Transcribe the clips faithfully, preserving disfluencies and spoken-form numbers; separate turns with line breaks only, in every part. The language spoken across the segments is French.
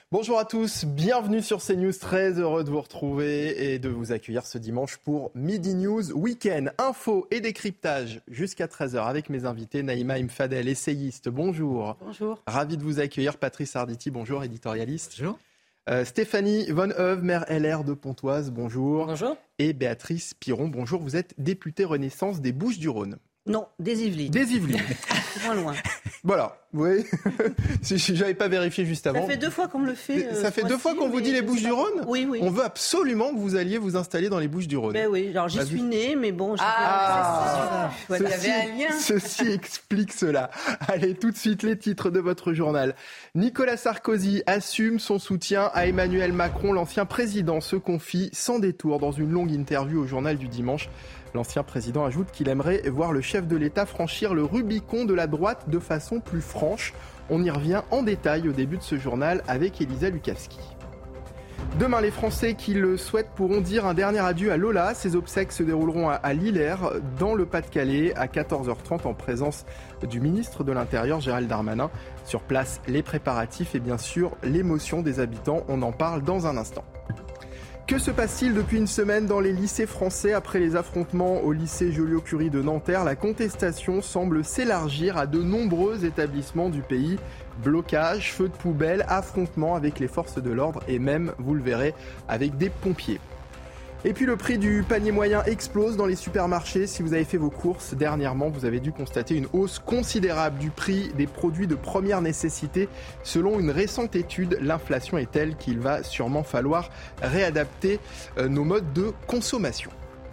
Bonjour à tous, bienvenue sur CNews, très heureux de vous retrouver et de vous accueillir ce dimanche pour Midi News Week-end. Info et décryptage jusqu'à treize heures avec mes invités. Naïma M. Fadel, essayiste, bonjour.
Bonjour.
Ravi de vous accueillir. Patrice Arditi, bonjour, éditorialiste.
Bonjour.
Euh, Stéphanie Von Heuve, maire L R de Pontoise, bonjour.
Bonjour.
Et Béatrice Piron, bonjour. Vous êtes députée Renaissance des Bouches-du-Rhône.
Non, des Yvelines.
Des Yvelines.
Moins loin.
Voilà, vous voyez, si je n'avais pas vérifié juste avant.
Ça fait deux fois qu'on me le fait. Euh,
Ça fait deux fois qu'on vous dit les Bouches-du-Rhône ?
Oui, oui.
On veut absolument que vous alliez vous installer dans les Bouches-du-Rhône.
Ben oui, alors j'y
Vas-y.
suis née, mais bon... J'ai
Ah,
fait...
ceci,
Il y avait un lien.
Ceci explique cela. Allez, tout de suite, les titres de votre journal. Nicolas Sarkozy assume son soutien à Emmanuel Macron. L'ancien président se confie sans détour dans une longue interview au journal du dimanche. L'ancien président ajoute qu'il aimerait voir le chef de l'État franchir le Rubicon de la droite de façon plus franche. On y revient en détail au début de ce journal avec Elisa Lukavski. Demain, les Français qui le souhaitent pourront dire un dernier adieu à Lola. Ses obsèques se dérouleront à Lillers, dans le Pas-de-Calais, à quatorze heures trente, en présence du ministre de l'Intérieur, Gérald Darmanin. Sur place, les préparatifs et bien sûr l'émotion des habitants. On en parle dans un instant. Que se passe-t-il depuis une semaine dans les lycées français après les affrontements au lycée Joliot-Curie de Nanterre? La contestation semble s'élargir à de nombreux établissements du pays. Blocage, feux de poubelle, affrontements avec les forces de l'ordre et même, vous le verrez, avec des pompiers. Et puis le prix du panier moyen explose dans les supermarchés. Si vous avez fait vos courses dernièrement, vous avez dû constater une hausse considérable du prix des produits de première nécessité. Selon une récente étude, l'inflation est telle qu'il va sûrement falloir réadapter nos modes de consommation.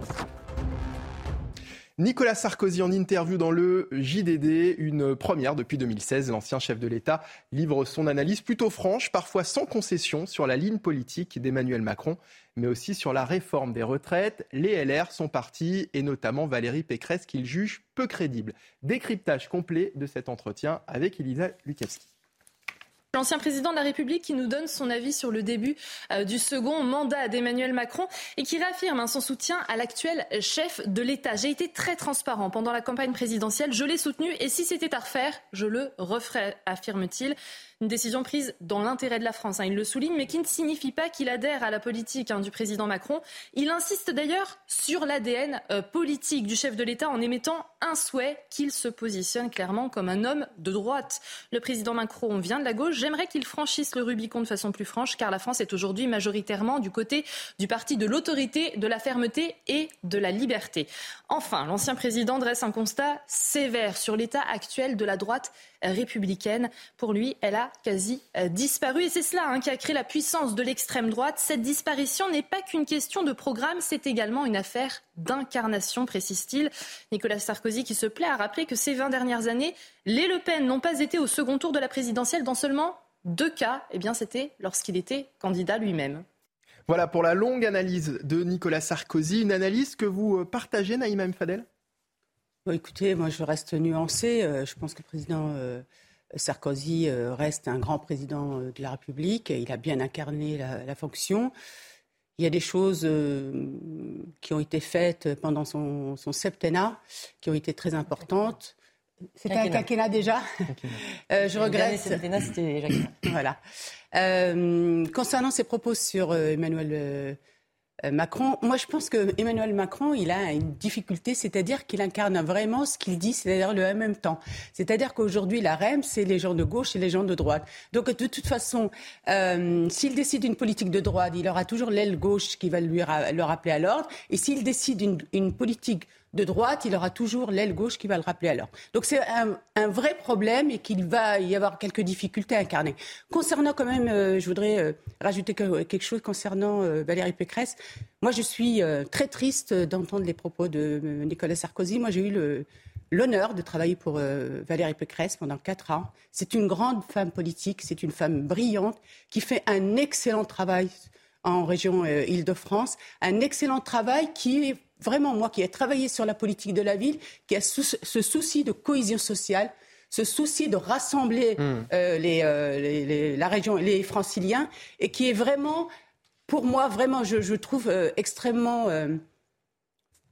Nicolas Sarkozy en interview dans le J D D, une première depuis deux mille seize. L'ancien chef de l'État livre son analyse plutôt franche, parfois sans concession, sur la ligne politique d'Emmanuel Macron, mais aussi sur la réforme des retraites. Les L R sont partis, et notamment Valérie Pécresse, qu'il juge peu crédible. Décryptage complet de cet entretien avec Elisa Lukavski.
L'ancien président de la République qui nous donne son avis sur le début euh, du second mandat d'Emmanuel Macron et qui réaffirme hein, son soutien à l'actuel chef de l'État. J'ai été très transparent pendant la campagne présidentielle, je l'ai soutenu et si c'était à refaire, je le referais, affirme-t-il. Une décision prise dans l'intérêt de la France, hein, il le souligne, mais qui ne signifie pas qu'il adhère à la politique hein, du président Macron. Il insiste d'ailleurs sur l'A D N euh, politique du chef de l'État en émettant un souhait qu'il se positionne clairement comme un homme de droite. Le président Macron vient de la gauche. J'aimerais qu'il franchisse le Rubicon de façon plus franche, car la France est aujourd'hui majoritairement du côté du parti de l'autorité, de la fermeté et de la liberté. Enfin, l'ancien président dresse un constat sévère sur l'état actuel de la droite républicaine. Pour lui, elle a quasi euh, disparu. Et c'est cela hein, qui a créé la puissance de l'extrême droite. Cette disparition n'est pas qu'une question de programme, c'est également une affaire d'incarnation, précise-t-il. Nicolas Sarkozy qui se plaît à rappeler que ces vingt dernières années, les Le Pen n'ont pas été au second tour de la présidentielle dans seulement deux cas. Eh bien, c'était lorsqu'il était candidat lui-même.
Voilà pour la longue analyse de Nicolas Sarkozy. Une analyse que vous partagez, Naïma M. Fadel ?
Bon, écoutez, moi je reste nuancée. Euh, je pense que le président euh, Sarkozy euh, reste un grand président euh, de la République. Il a bien incarné la, la fonction. Il y a des choses euh, qui ont été faites pendant son, son septennat, qui ont été très importantes. C'était un quinquennat déjà. euh, je regrette.
Septennat, c'était Jacques.
Voilà. Euh, concernant ses propos sur euh, Emmanuel euh, Macron, moi je pense que Emmanuel Macron, il a une difficulté, c'est-à-dire qu'il incarne vraiment ce qu'il dit, c'est-à-dire le en même temps. C'est-à-dire qu'aujourd'hui, la R E M, c'est les gens de gauche et les gens de droite. Donc de toute façon, euh, s'il décide une politique de droite, il aura toujours l'aile gauche qui va lui ra- le rappeler à l'ordre. Et s'il décide une, une politique de droite, il aura toujours l'aile gauche qui va le rappeler à l'ordre. Donc c'est un, un vrai problème et qu'il va y avoir quelques difficultés à incarner. Concernant quand même, euh, je voudrais euh, rajouter que, quelque chose concernant euh, Valérie Pécresse. Moi, je suis euh, très triste d'entendre les propos de euh, Nicolas Sarkozy. Moi, j'ai eu le, l'honneur de travailler pour euh, Valérie Pécresse pendant quatre ans. C'est une grande femme politique, c'est une femme brillante qui fait un excellent travail en région euh, Île-de-France, un excellent travail qui est vraiment, moi qui ai travaillé sur la politique de la ville, qui a sou- ce souci de cohésion sociale, ce souci de rassembler mmh. euh, les, euh, les, les, la région, les franciliens, et qui est vraiment, pour moi, vraiment, je, je trouve euh, extrêmement... Euh,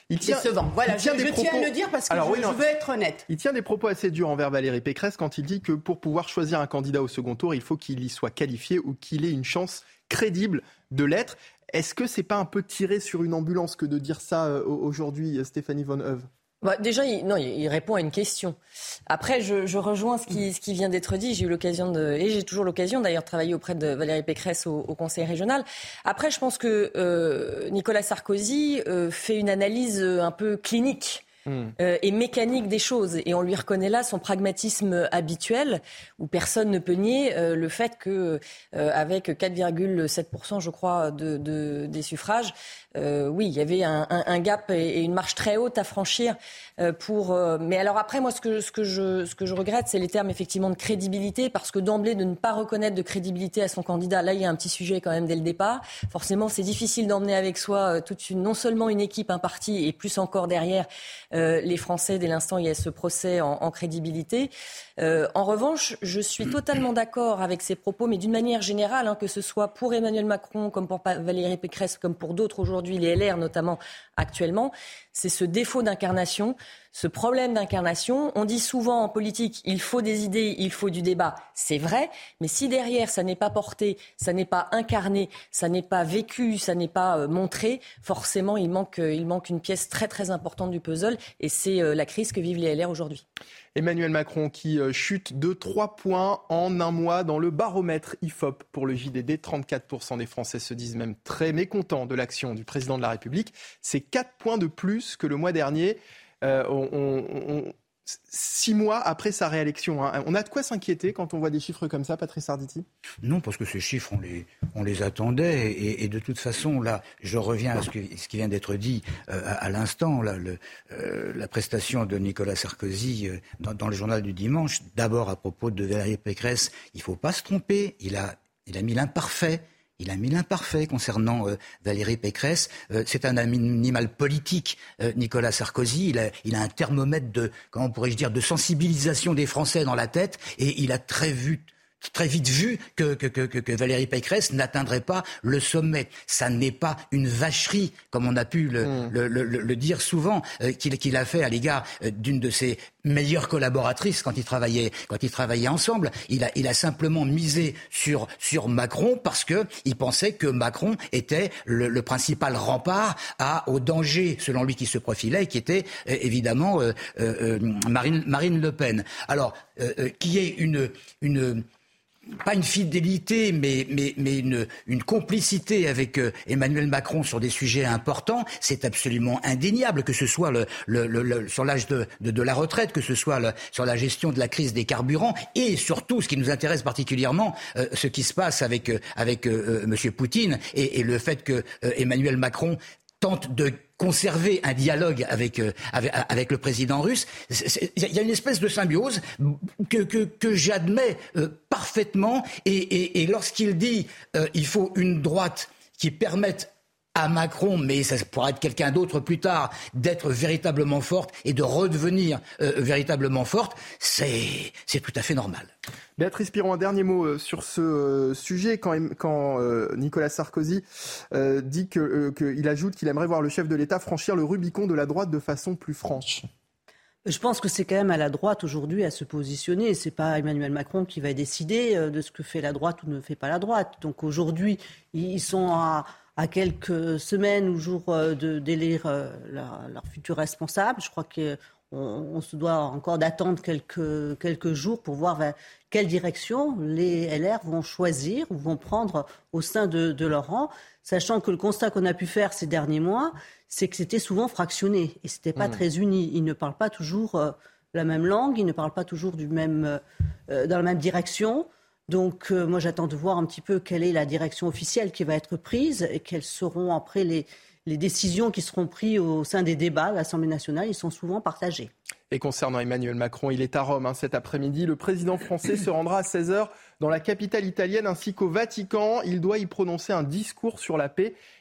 Il tient,
décevant. Voilà,
il tient
je,
des
je
propos...
tiens à le dire parce que
Alors,
je,
oui, non.
je veux être honnête.
Il tient des propos assez durs envers Valérie Pécresse quand il dit que pour pouvoir choisir un candidat au second tour, il faut qu'il y soit qualifié ou qu'il ait une chance crédible de l'être. Est-ce que c'est pas un peu tiré sur une ambulance que de dire ça euh, aujourd'hui, Stéphanie Von Heuve ?
Bah, déjà, il, non, il répond à une question. Après, je, je rejoins ce qui, ce qui vient d'être dit. J'ai eu l'occasion de, et j'ai toujours l'occasion d'ailleurs de travailler auprès de Valérie Pécresse au, au Conseil régional. Après, je pense que euh, Nicolas Sarkozy euh, fait une analyse un peu clinique. Mmh. Euh, et mécanique des choses. Et on lui reconnaît là son pragmatisme habituel, où personne ne peut nier euh, le fait que, euh, avec quatre virgule sept pour cent, je crois, de, de, des suffrages, euh, oui, il y avait un, un, un gap et, et une marche très haute à franchir. Euh, pour, euh, mais alors après, moi, ce que, ce que je, ce que je regrette, c'est les termes effectivement de crédibilité, parce que d'emblée, de ne pas reconnaître de crédibilité à son candidat, là, il y a un petit sujet quand même dès le départ. Forcément, c'est difficile d'emmener avec soi euh, toute une, non seulement une équipe, un parti, et plus encore derrière. Euh, les Français, dès l'instant où il y a ce procès en, en crédibilité. Euh, en revanche, je suis totalement d'accord avec ces propos, mais d'une manière générale, hein, que ce soit pour Emmanuel Macron, comme pour Valérie Pécresse, comme pour d'autres aujourd'hui, les L R notamment actuellement, c'est ce défaut d'incarnation, ce problème d'incarnation. On dit souvent en politique, il faut des idées, il faut du débat. C'est vrai, mais si derrière ça n'est pas porté, ça n'est pas incarné, ça n'est pas vécu, ça n'est pas euh, montré, forcément il manque, euh, il manque une pièce très très importante du puzzle, et c'est euh, la crise que vivent les L R aujourd'hui.
Emmanuel Macron qui euh, chute de trois points en un mois dans le baromètre I F O P pour le J D D. trente-quatre pour cent des Français se disent même très mécontents de l'action du président de la République. C'est quatre points de plus que le mois dernier. Euh, on, on, on, six mois après sa réélection. Hein. On a de quoi s'inquiéter quand on voit des chiffres comme ça, Patrice Arditi ?
Non, parce que ces chiffres, on les, on les attendait. Et, et de toute façon, là, je reviens à ce, que, ce qui vient d'être dit euh, à, à l'instant. Là, le, euh, la prestation de Nicolas Sarkozy euh, dans, dans le journal du dimanche. D'abord, à propos de Valérie Pécresse, il ne faut pas se tromper. Il a, il a mis l'imparfait. Il a mis l'imparfait concernant euh, Valérie Pécresse. Euh, c'est un animal politique, euh, Nicolas Sarkozy. Il a, il a un thermomètre de, comment pourrais-je dire, de sensibilisation des Français dans la tête, et il a très vu. très vite vu que, que, que, que Valérie Pécresse n'atteindrait pas le sommet. Ça n'est pas une vacherie, comme on a pu le, mmh. le, le, le dire souvent, euh, qu'il, qu'il a fait à l'égard euh, d'une de ses meilleures collaboratrices quand ils travaillaient, quand ils travaillaient ensemble. Il a, il a simplement misé sur, sur Macron parce que il pensait que Macron était le, le principal rempart à, au danger, selon lui, qui se profilait, qui était euh, évidemment euh, euh, Marine, Marine Le Pen. Alors, euh, euh, qui est une, une pas une fidélité, mais, mais, mais une, une complicité avec euh, Emmanuel Macron sur des sujets importants, c'est absolument indéniable, que ce soit le, le, le, le, sur l'âge de, de, de la retraite, que ce soit le, sur la gestion de la crise des carburants, et surtout, ce qui nous intéresse particulièrement, euh, ce qui se passe avec, euh, avec euh, M. Poutine, et, et le fait que euh, Emmanuel Macron tente de conserver un dialogue avec, euh, avec, avec le président russe. Il y a une espèce de symbiose que, que, que j'admets euh, parfaitement. Et, et, et lorsqu'il dit euh, il faut une droite qui permette à Macron, mais ça pourra être quelqu'un d'autre plus tard, d'être véritablement forte et de redevenir euh, véritablement forte, c'est, c'est tout à fait normal.
Béatrice Piron, un dernier mot sur ce sujet. Quand, quand euh, Nicolas Sarkozy euh, dit que, euh, qu'il ajoute qu'il aimerait voir le chef de l'État franchir le Rubicon de la droite de façon plus franche.
Je pense que c'est quand même à la droite aujourd'hui à se positionner. C'est pas Emmanuel Macron qui va décider de ce que fait la droite ou ne fait pas la droite. Donc aujourd'hui, ils sont à, à quelques semaines ou jours de d'élire leur, leur futur responsable. Je crois qu'on on se doit encore d'attendre quelques, quelques jours pour voir vers quelle direction les L R vont choisir ou vont prendre au sein de, de leur rang, sachant que le constat qu'on a pu faire ces derniers mois, c'est que c'était souvent fractionné et c'était pas mmh. très uni. Ils ne parlent pas toujours euh, la même langue, ils ne parlent pas toujours du même, euh, dans la même direction. Donc euh, moi j'attends de voir un petit peu quelle est la direction officielle qui va être prise et quelles seront après les, les décisions qui seront prises au sein des débats à l'Assemblée nationale. Ils sont souvent partagés. Et
concernant Emmanuel Macron, il est à Rome hein, cet après-midi. Le président français se rendra à seize heures dans la capitale italienne ainsi qu'au Vatican. Il doit y prononcer un discours sur la paix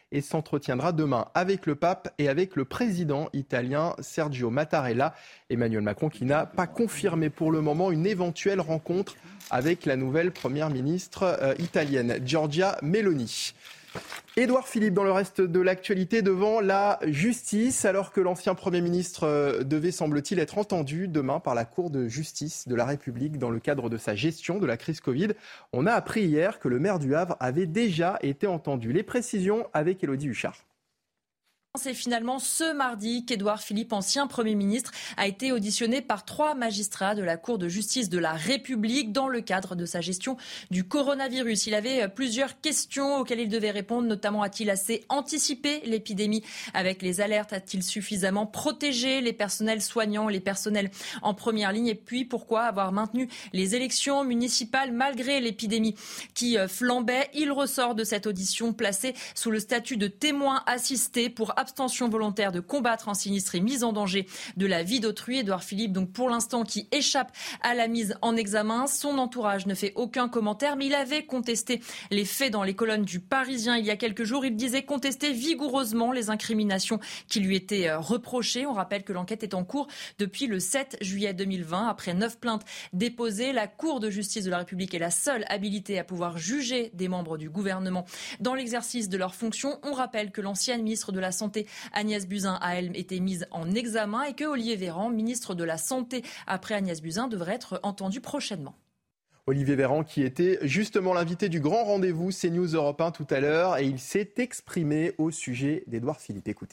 et s'entretiendra demain avec le pape et avec le président italien Sergio Mattarella. Emmanuel Macron qui n'a pas confirmé pour le moment une éventuelle rencontre avec la nouvelle première ministre euh, italienne, Giorgia Meloni. Édouard Philippe, dans le reste de l'actualité, devant la justice, alors que l'ancien Premier ministre devait, semble-t-il, être entendu demain par la Cour de justice de la République dans le cadre de sa gestion de la crise Covid. On a appris hier que le maire du Havre avait déjà été entendu. Les précisions avec Élodie Huchard.
C'est finalement ce mardi qu'Édouard Philippe, ancien Premier ministre, a été auditionné par trois magistrats de la Cour de justice de la République dans le cadre de sa gestion du coronavirus. Il avait plusieurs questions auxquelles il devait répondre, notamment a-t-il assez anticipé l'épidémie avec les alertes? A-t-il suffisamment protégé les personnels soignants, les personnels en première ligne? Et puis pourquoi avoir maintenu les élections municipales malgré l'épidémie qui flambait? Il ressort de cette audition placé sous le statut de témoin assisté pour abstention volontaire de combattre un sinistre et mise en danger de la vie d'autrui. Édouard Philippe, donc pour l'instant, qui échappe à la mise en examen. Son entourage ne fait aucun commentaire, mais il avait contesté les faits dans les colonnes du Parisien il y a quelques jours. Il disait contester vigoureusement les incriminations qui lui étaient reprochées. On rappelle que l'enquête est en cours depuis le sept juillet deux mille vingt. Après neuf plaintes déposées, la Cour de justice de la République est la seule habilitée à pouvoir juger des membres du gouvernement dans l'exercice de leurs fonctions. On rappelle que l'ancienne ministre de la Santé, Agnès Buzyn, a elle été mise en examen et que Olivier Véran, ministre de la Santé après Agnès Buzyn, devrait être entendu prochainement.
Olivier Véran qui était justement l'invité du grand rendez-vous CNews Europe un tout à l'heure et il s'est exprimé au sujet d'Édouard Philippe. Écoutez.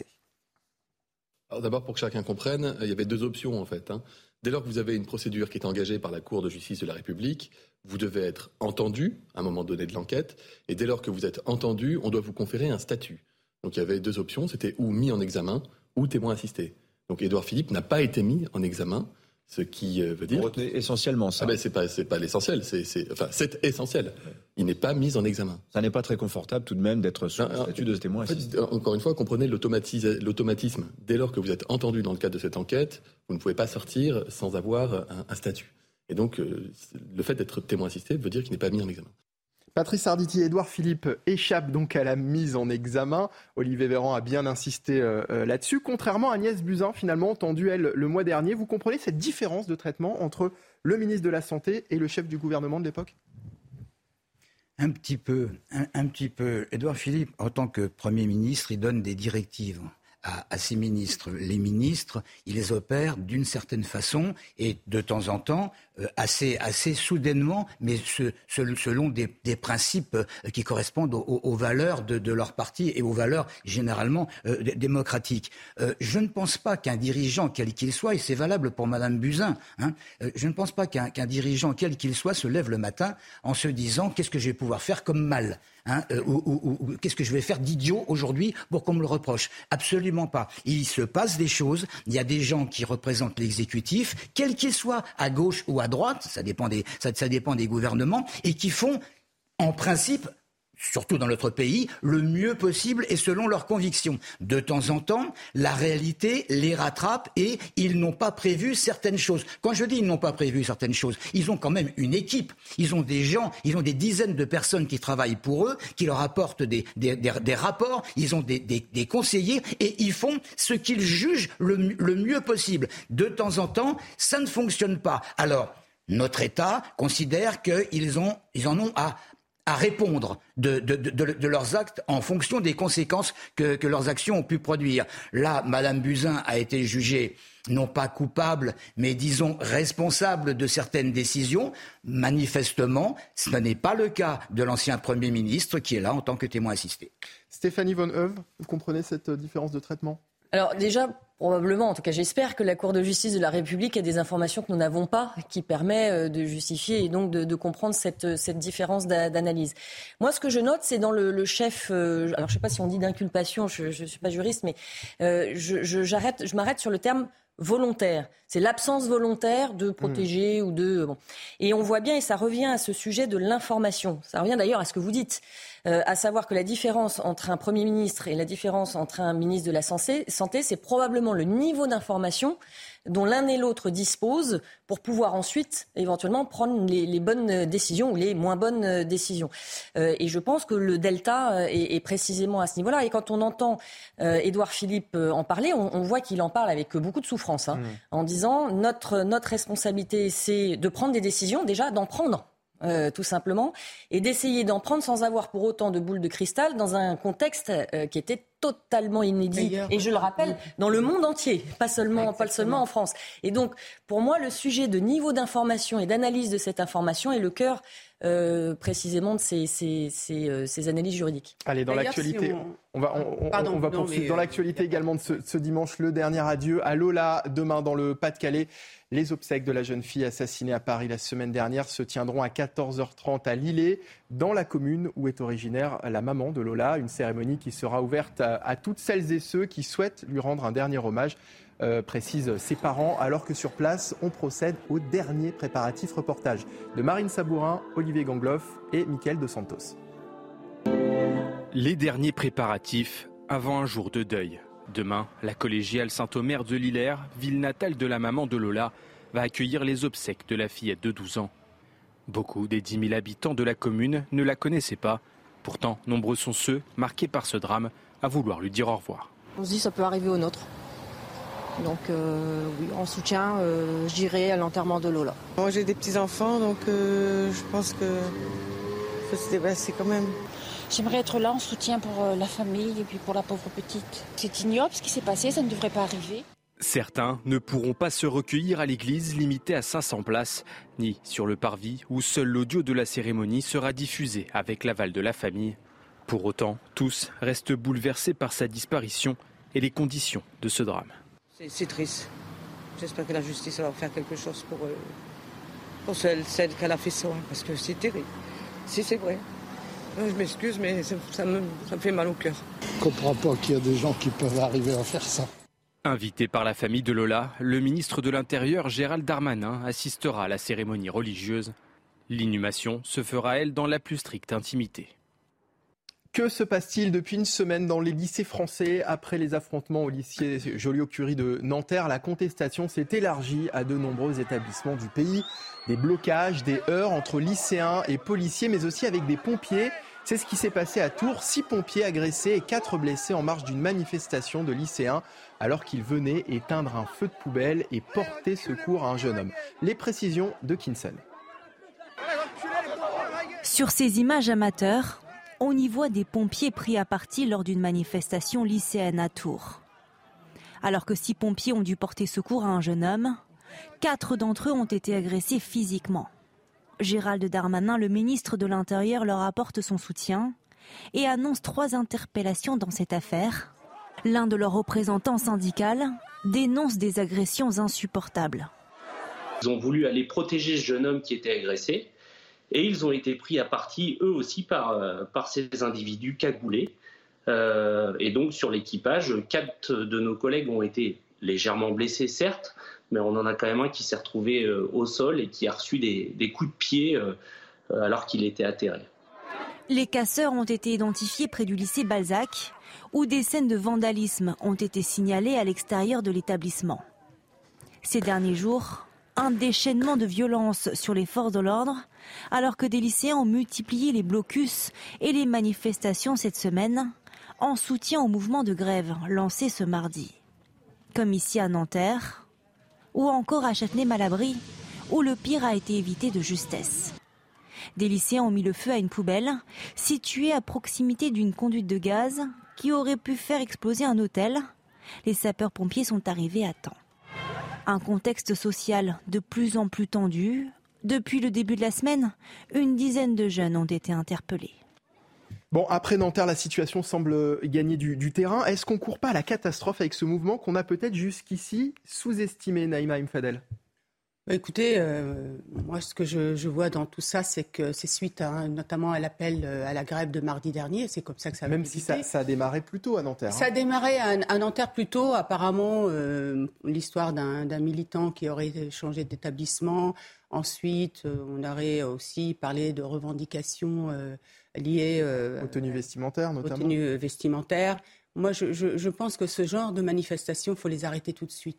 Alors d'abord, pour que chacun comprenne, il y avait deux options en fait. Hein. Dès lors que vous avez une procédure qui est engagée par la Cour de justice de la République, vous devez être entendu à un moment donné de l'enquête et dès lors que vous êtes entendu, on doit vous conférer un statut. Donc il y avait deux options, c'était ou mis en examen ou témoin assisté. Donc Édouard Philippe n'a pas été mis en examen, ce qui veut dire...
Vous retenez essentiellement ça.
Ah ben c'est pas, c'est pas l'essentiel, c'est, c'est, enfin c'est essentiel. Il n'est pas mis en examen.
Ça n'est pas très confortable tout de même d'être sous le statut de témoin assisté.
En fait, encore une fois, comprenez l'automatisme. Dès lors que vous êtes entendu dans le cadre de cette enquête, vous ne pouvez pas sortir sans avoir un, un statut. Et donc euh, le fait d'être témoin assisté veut dire qu'il n'est pas mis en examen.
Patrice Arditi et Édouard Philippe échappent donc à la mise en examen. Olivier Véran a bien insisté euh, là-dessus. Contrairement à Agnès Buzyn, finalement entendue, elle, le mois dernier. Vous comprenez cette différence de traitement entre le ministre de la Santé et le chef du gouvernement de l'époque ?
Un petit peu, un, un petit peu. Édouard Philippe, en tant que Premier ministre, il donne des directives à, à ses ministres. Les ministres, il les opère d'une certaine façon et de temps en temps, euh, assez, assez soudainement, mais ce, ce, selon des, des principes euh, qui correspondent aux, aux valeurs de, de leur parti et aux valeurs généralement euh, d- démocratiques. Euh, je ne pense pas qu'un dirigeant, quel qu'il soit, et c'est valable pour Madame Buzyn, hein, euh, je ne pense pas qu'un, qu'un dirigeant, quel qu'il soit, se lève le matin en se disant « qu'est-ce que je vais pouvoir faire comme mal ?» Hein, euh, ou, ou, ou qu'est-ce que je vais faire d'idiot aujourd'hui pour qu'on me le reproche? Absolument pas. Il se passe des choses. Il y a des gens qui représentent l'exécutif, quel qu'il soit, à gauche ou à droite, ça dépend des, ça, ça dépend des gouvernements, et qui font, en principe, surtout dans notre pays, le mieux possible et selon leurs convictions. De temps en temps, la réalité les rattrape et ils n'ont pas prévu certaines choses. Quand je dis ils n'ont pas prévu certaines choses, ils ont quand même une équipe. Ils ont des gens, ils ont des dizaines de personnes qui travaillent pour eux, qui leur apportent des, des, des, des rapports, ils ont des, des, des conseillers et ils font ce qu'ils jugent le, le mieux possible. De temps en temps, ça ne fonctionne pas. Alors, notre État considère qu'ils ont, ils en ont à... à répondre de, de, de, de leurs actes en fonction des conséquences que, que leurs actions ont pu produire. Là, Madame Buzyn a été jugée non pas coupable, mais disons responsable de certaines décisions. Manifestement, ce n'est pas le cas de l'ancien Premier ministre qui est là en tant que témoin assisté.
Stéphanie Von Heuve, vous comprenez cette différence de traitement ?
Alors déjà, probablement, en tout cas j'espère que la Cour de justice de la République a des informations que nous n'avons pas, qui permet de justifier et donc de, de comprendre cette, cette différence d'analyse. Moi, ce que je note, c'est dans le, le chef, euh, alors je ne sais pas si on dit d'inculpation, je ne suis pas juriste, mais euh, je, je, j'arrête, je m'arrête sur le terme volontaire. C'est l'absence volontaire de protéger mmh. ou de... Bon. Et on voit bien, et ça revient à ce sujet de l'information. Ça revient d'ailleurs à ce que vous dites, euh, à savoir que la différence entre un Premier ministre et la différence entre un ministre de la Santé, c'est probablement le niveau d'information dont l'un et l'autre disposent pour pouvoir ensuite éventuellement prendre les, les bonnes décisions ou les moins bonnes décisions. Euh, et je pense que le delta est, est précisément à ce niveau-là. Et quand on entend euh, Édouard Philippe en parler, on, on voit qu'il en parle avec beaucoup de souffrance, hein, mmh. en disant notre, notre responsabilité, c'est de prendre des décisions, déjà d'en prendre. Euh, tout simplement, et d'essayer d'en prendre sans avoir pour autant de boule de cristal dans un contexte euh, qui était totalement inédit. D'ailleurs, et je le rappelle, dans le monde entier, pas seulement, pas seulement en France. Et donc, pour moi, le sujet de niveau d'information et d'analyse de cette information est le cœur euh, précisément de ces, ces, ces, euh, ces analyses juridiques.
Allez, dans D'ailleurs, l'actualité, si on... on va, on, Pardon, on va non, poursuivre. Mais... Dans l'actualité également de ce, ce dimanche, le dernier adieu à Lola. Demain, dans le Pas-de-Calais, les obsèques de la jeune fille assassinée à Paris la semaine dernière se tiendront à quatorze heures trente à Lillers, dans la commune où est originaire la maman de Lola. Une cérémonie qui sera ouverte à, à toutes celles et ceux qui souhaitent lui rendre un dernier hommage, euh, précisent ses parents, alors que sur place, on procède au dernier préparatif. Reportage de Marine Sabourin, Olivier Gangloff et Mickaël Dos Santos.
Les derniers préparatifs avant un jour de deuil. Demain, la collégiale Saint-Omer de Lillers, ville natale de la maman de Lola, va accueillir les obsèques de la fillette de douze ans. Beaucoup des dix mille habitants de la commune ne la connaissaient pas. Pourtant, nombreux sont ceux, marqués par ce drame, à vouloir lui dire au revoir.
On se dit ça peut arriver au nôtre. Donc euh, oui, en soutien, euh, j'irai à l'enterrement de Lola.
Moi j'ai des petits-enfants, donc euh, je pense qu'il faut se dépasser quand même.
J'aimerais être là en soutien pour la famille et puis pour la pauvre petite. C'est ignoble ce qui s'est passé, ça ne devrait pas arriver.
Certains ne pourront pas se recueillir à l'église limitée à cinq cents places, ni sur le parvis où seul l'audio de la cérémonie sera diffusé avec l'aval de la famille. Pour autant, tous restent bouleversés par sa disparition et les conditions de ce drame.
C'est, c'est triste. J'espère que la justice va faire quelque chose pour, euh, pour celle, celle qu'elle a fait ça, parce que c'est terrible. Si c'est vrai. Je m'excuse, mais ça, ça, me, ça me fait mal au cœur.
Je ne comprends pas qu'il y a des gens qui peuvent arriver à faire ça.
Invité par la famille de Lola, le ministre de l'Intérieur, Gérald Darmanin, assistera à la cérémonie religieuse. L'inhumation se fera, elle, dans la plus stricte intimité.
Que se passe-t-il depuis une semaine dans les lycées français? Après les affrontements au lycée Joliot-Curie de Nanterre, la contestation s'est élargie à de nombreux établissements du pays. Des blocages, des heurts entre lycéens et policiers, mais aussi avec des pompiers. C'est ce qui s'est passé à Tours. Six pompiers agressés et quatre blessés en marge d'une manifestation de lycéens alors qu'ils venaient éteindre un feu de poubelle et porter secours à un jeune homme. Les précisions de Kinson.
Sur ces images amateurs, on y voit des pompiers pris à partie lors d'une manifestation lycéenne à Tours. Alors que six pompiers ont dû porter secours à un jeune homme, quatre d'entre eux ont été agressés physiquement. Gérald Darmanin, le ministre de l'Intérieur, leur apporte son soutien et annonce trois interpellations dans cette affaire. L'un de leurs représentants syndicaux dénonce des agressions insupportables.
Ils ont voulu aller protéger ce jeune homme qui était agressé et ils ont été pris à partie eux aussi par, euh, par ces individus cagoulés. Euh, et donc sur l'équipage, quatre de nos collègues ont été légèrement blessés certes, mais on en a quand même un qui s'est retrouvé euh, au sol et qui a reçu des, des coups de pied euh, alors qu'il était atterré.
Les casseurs ont été identifiés près du lycée Balzac, où des scènes de vandalisme ont été signalées à l'extérieur de l'établissement. Ces derniers jours, un déchaînement de violence sur les forces de l'ordre, alors que des lycéens ont multiplié les blocus et les manifestations cette semaine, en soutien au mouvement de grève lancé ce mardi. Comme ici à Nanterre, ou encore à Châtenay-Malabry, où le pire a été évité de justesse. Des lycéens ont mis le feu à une poubelle située à proximité d'une conduite de gaz qui aurait pu faire exploser un hôtel. Les sapeurs-pompiers sont arrivés à temps. Un contexte social de plus en plus tendu. Depuis le début de la semaine, une dizaine de jeunes ont été interpellés.
Bon, après Nanterre, la situation semble gagner du, du terrain. Est-ce qu'on ne court pas à la catastrophe avec ce mouvement qu'on a peut-être jusqu'ici sous-estimé, Naïma Mfadel ?
Écoutez, euh, moi ce que je, je vois dans tout ça, c'est que c'est suite à, notamment à l'appel à la grève de mardi dernier. C'est comme ça que ça va
Même si ça, ça a démarré plus tôt à Nanterre.
Ça hein. a démarré à, à Nanterre plus tôt. Apparemment, euh, l'histoire d'un, d'un militant qui aurait changé d'établissement. Ensuite, euh, on aurait aussi parlé de revendications euh, liées euh,
aux tenues vestimentaires, notamment.
Aux tenues vestimentaires. Moi, je, je, je pense que ce genre de manifestations, il faut les arrêter tout de suite.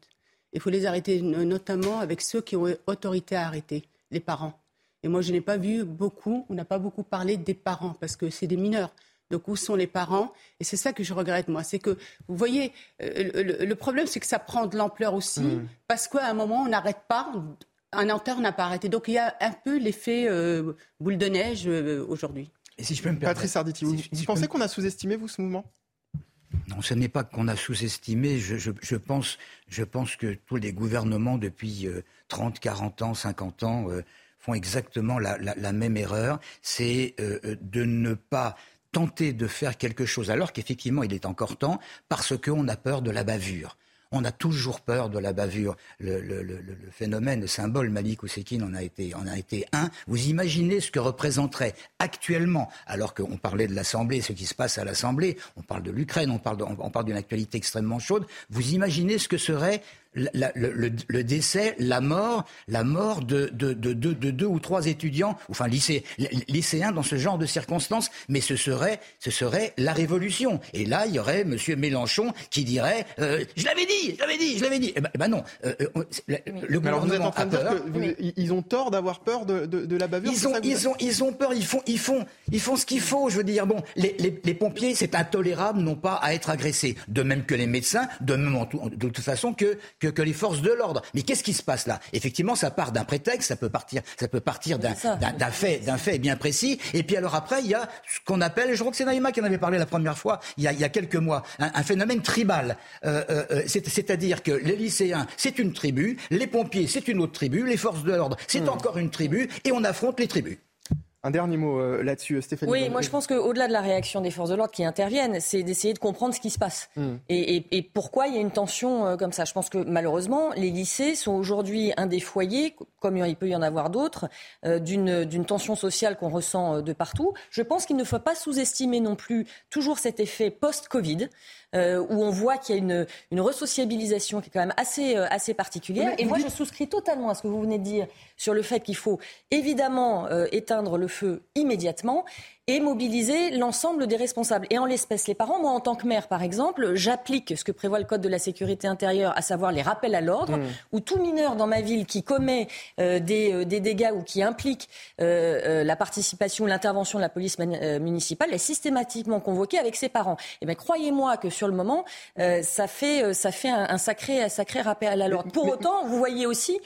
Il faut les arrêter, notamment avec ceux qui ont autorité à arrêter, les parents. Et moi, je n'ai pas vu beaucoup, on n'a pas beaucoup parlé des parents, parce que c'est des mineurs. Donc, où sont les parents ? Et c'est ça que je regrette, moi. C'est que, vous voyez, euh, le, le problème, c'est que ça prend de l'ampleur aussi, mmh. parce qu'à un moment, on n'arrête pas, un auteur n'a pas arrêté. Donc, il y a un peu l'effet euh, boule de neige euh, aujourd'hui.
Et si je peux me permettre,
Patrice Arditi, vous, si vous pensez me... qu'on a sous-estimé, vous, ce mouvement ?
Non, ce n'est pas qu'on a sous-estimé. Je, je, je, pense, je pense que tous les gouvernements, depuis euh, trente, quarante ans, cinquante ans, euh, font exactement la, la, la même erreur. C'est euh, de ne pas tenter de faire quelque chose, alors qu'effectivement, il est encore temps, parce qu'on a peur de la bavure. On a toujours peur de la bavure. Le, le, le, le phénomène, le symbole Malik Oussekine en a été, en a été un. Vous imaginez ce que représenterait actuellement, alors qu'on parlait de l'Assemblée, ce qui se passe à l'Assemblée, on parle de l'Ukraine, on parle, de, on parle d'une actualité extrêmement chaude. Vous imaginez ce que serait la, le, le, le décès, la mort, la mort de, de, de, de, de deux ou trois étudiants, enfin lycé, lycéens dans ce genre de circonstances, mais ce serait, ce serait la révolution. Et là, il y aurait M. Mélenchon qui dirait euh, « Je l'avais dit, je l'avais dit, je l'avais dit ». Eh ben, eh ben non, euh, le, le
mais alors vous êtes en train de dire
peur.
que vous, ils ont tort d'avoir peur de, de, de la bavure.
Ils ont, ils ont, ils ont peur. Ils font, ils font, ils font ce qu'il faut. Je veux dire, bon, les, les, les pompiers, c'est intolérable, non pas à être agressés, de même que les médecins, de même en tout, de toute façon que, que que les forces de l'ordre. Mais qu'est-ce qui se passe là ? Effectivement, ça part d'un prétexte, ça peut partir, ça peut partir d'un, d'un, d'un fait, d'un fait bien précis. Et puis alors après, il y a ce qu'on appelle, je crois que c'est Naïma qui en avait parlé la première fois, il y a, il y a quelques mois, un, un phénomène tribal. Euh, euh, c'est, c'est-à-dire que les lycéens, c'est une tribu, les pompiers, c'est une autre tribu, les forces de l'ordre, c'est mmh. encore une tribu, et on affronte les tribus.
Un dernier mot euh, là-dessus, Stéphanie.
Oui, moi je pense qu'au-delà de la réaction des forces de l'ordre qui interviennent, c'est d'essayer de comprendre ce qui se passe mmh. et, et, et pourquoi il y a une tension euh, comme ça. Je pense que malheureusement, les lycées sont aujourd'hui un des foyers, comme il peut y en avoir d'autres, euh, d'une, d'une tension sociale qu'on ressent euh, de partout. Je pense qu'il ne faut pas sous-estimer non plus toujours cet effet post-Covid, euh, où on voit qu'il y a une, une resociabilisation qui est quand même assez, euh, assez particulière. Et moi je souscris totalement à ce que vous venez de dire sur le fait qu'il faut évidemment euh, éteindre le feu immédiatement et mobiliser l'ensemble des responsables. Et en l'espèce, les parents, moi en tant que mère par exemple, j'applique ce que prévoit le Code de la sécurité intérieure, à savoir les rappels à l'ordre, mmh. où tout mineur dans ma ville qui commet euh, des, euh, des dégâts ou qui implique euh, euh, la participation, l'intervention de la police man- euh, municipale est systématiquement convoqué avec ses parents. Et bien croyez-moi que sur le moment, euh, ça fait, euh, ça fait un, un, sacré, un sacré rappel à l'ordre. Pour mais, autant, vous voyez aussi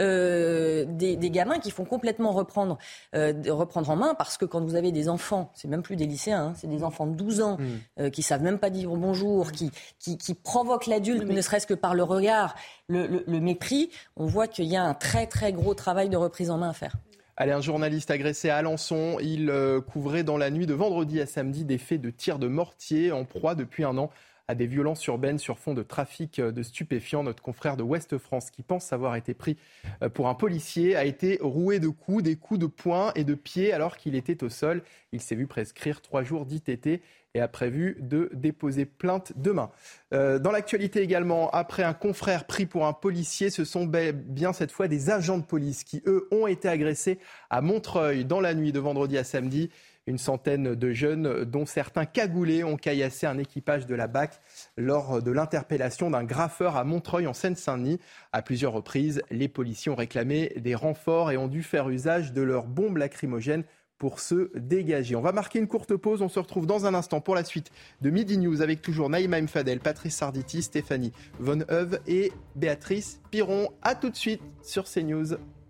euh, des, des gamins qui font complètement reprendre, euh, reprendre en main, parce que quand vous avez des enfants, c'est même plus des lycéens, hein, c'est des enfants de douze ans mmh. euh, qui savent même pas dire bonjour, qui, qui, qui provoquent l'adulte, oui, mais... ne serait-ce que par le regard, le, le, le mépris. On voit qu'il y a un très très gros travail de reprise en main à faire.
Allez, un journaliste agressé à Alençon, il euh, couvrait dans la nuit de vendredi à samedi des faits de tir de mortier en proie depuis un an à des violences urbaines sur fond de trafic de stupéfiants. Notre confrère de Ouest France, qui pense avoir été pris pour un policier, a été roué de coups, des coups de poing et de pied alors qu'il était au sol. Il s'est vu prescrire trois jours d'I T T et a prévu de déposer plainte demain. Euh, dans l'actualité également, après un confrère pris pour un policier, ce sont bien cette fois des agents de police qui, eux, ont été agressés à Montreuil dans la nuit de vendredi à samedi. Une centaine de jeunes, dont certains cagoulés, ont caillassé un équipage de la B A C lors de l'interpellation d'un graffeur à Montreuil en Seine-Saint-Denis. À plusieurs reprises, les policiers ont réclamé des renforts et ont dû faire usage de leurs bombes lacrymogènes pour se dégager. On va marquer une courte pause. On se retrouve dans un instant pour la suite de Midi News avec toujours Naïma M. Fadel, Patrice Arditi, Stéphanie Von Heuve et Béatrice Piron. A tout de suite sur CNews.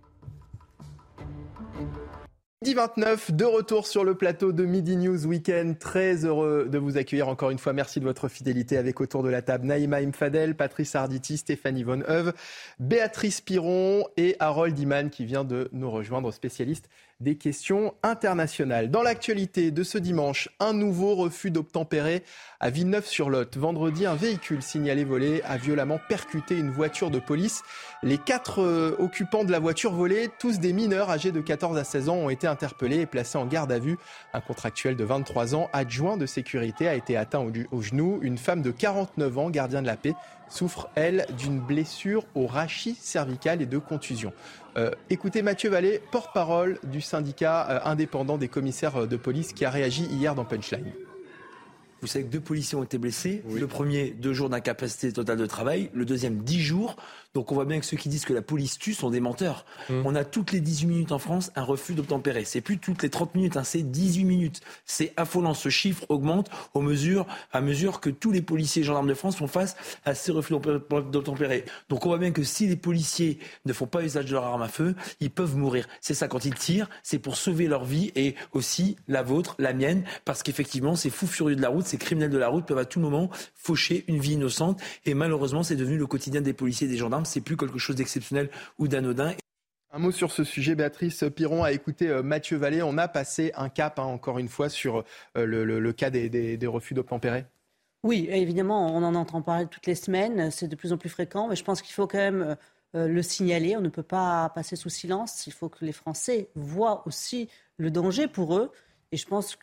midi vingt-neuf, de retour sur le plateau de Midi News Weekend. Très heureux de vous accueillir encore une fois. Merci de votre fidélité avec autour de la table Naïma M. Fadel, Patrice Arditi, Stéphanie Von Heuve, Béatrice Piron et Harold Iman qui vient de nous rejoindre, spécialiste des questions internationales. Dans l'actualité de ce dimanche, un nouveau refus d'obtempérer à Villeneuve-sur-Lot. Vendredi, un véhicule signalé volé a violemment percuté une voiture de police. Les quatre euh, occupants de la voiture volée, tous des mineurs âgés de quatorze à seize ans, ont été interpellés et placés en garde à vue. Un contractuel de vingt-trois ans, adjoint de sécurité, a été atteint au, au genou. Une femme de quarante-neuf ans, gardien de la paix, souffre, elle, d'une blessure au rachis cervical et de contusion. Euh, écoutez Mathieu Vallée, porte-parole du syndicat euh, indépendant des commissaires de police, qui a réagi hier dans Punchline.
Vous savez que deux policiers ont été blessés. Oui. Le premier, deux jours d'incapacité totale de travail. Le deuxième, dix jours Donc on voit bien que ceux qui disent que la police tue sont des menteurs. Mmh. On a toutes les dix-huit minutes en France un refus d'obtempérer. C'est plus toutes les trente minutes, hein, c'est dix-huit minutes. C'est affolant. Ce chiffre augmente au mesure, à mesure que tous les policiers et gendarmes de France font face à ces refus d'obtempérer. Donc on voit bien que si les policiers ne font pas usage de leur arme à feu, ils peuvent mourir. C'est ça, quand ils tirent, c'est pour sauver leur vie et aussi la vôtre, la mienne, parce qu'effectivement, ces fous furieux de la route, ces criminels de la route peuvent à tout moment faucher une vie innocente. Et malheureusement, c'est devenu le quotidien des policiers et des gendarmes. C'est plus quelque chose d'exceptionnel ou d'anodin.
Un mot sur ce sujet, Béatrice Piron a écouté Mathieu Vallée. On a passé un cap, hein, encore une fois, sur le, le, le cas des, des, des refus d'obtempérer.
Oui, évidemment, on en entend parler toutes les semaines. C'est de plus en plus fréquent, mais je pense qu'il faut quand même euh, le signaler. On ne peut pas passer sous silence. Il faut que les Français voient aussi le danger pour eux. Et je pense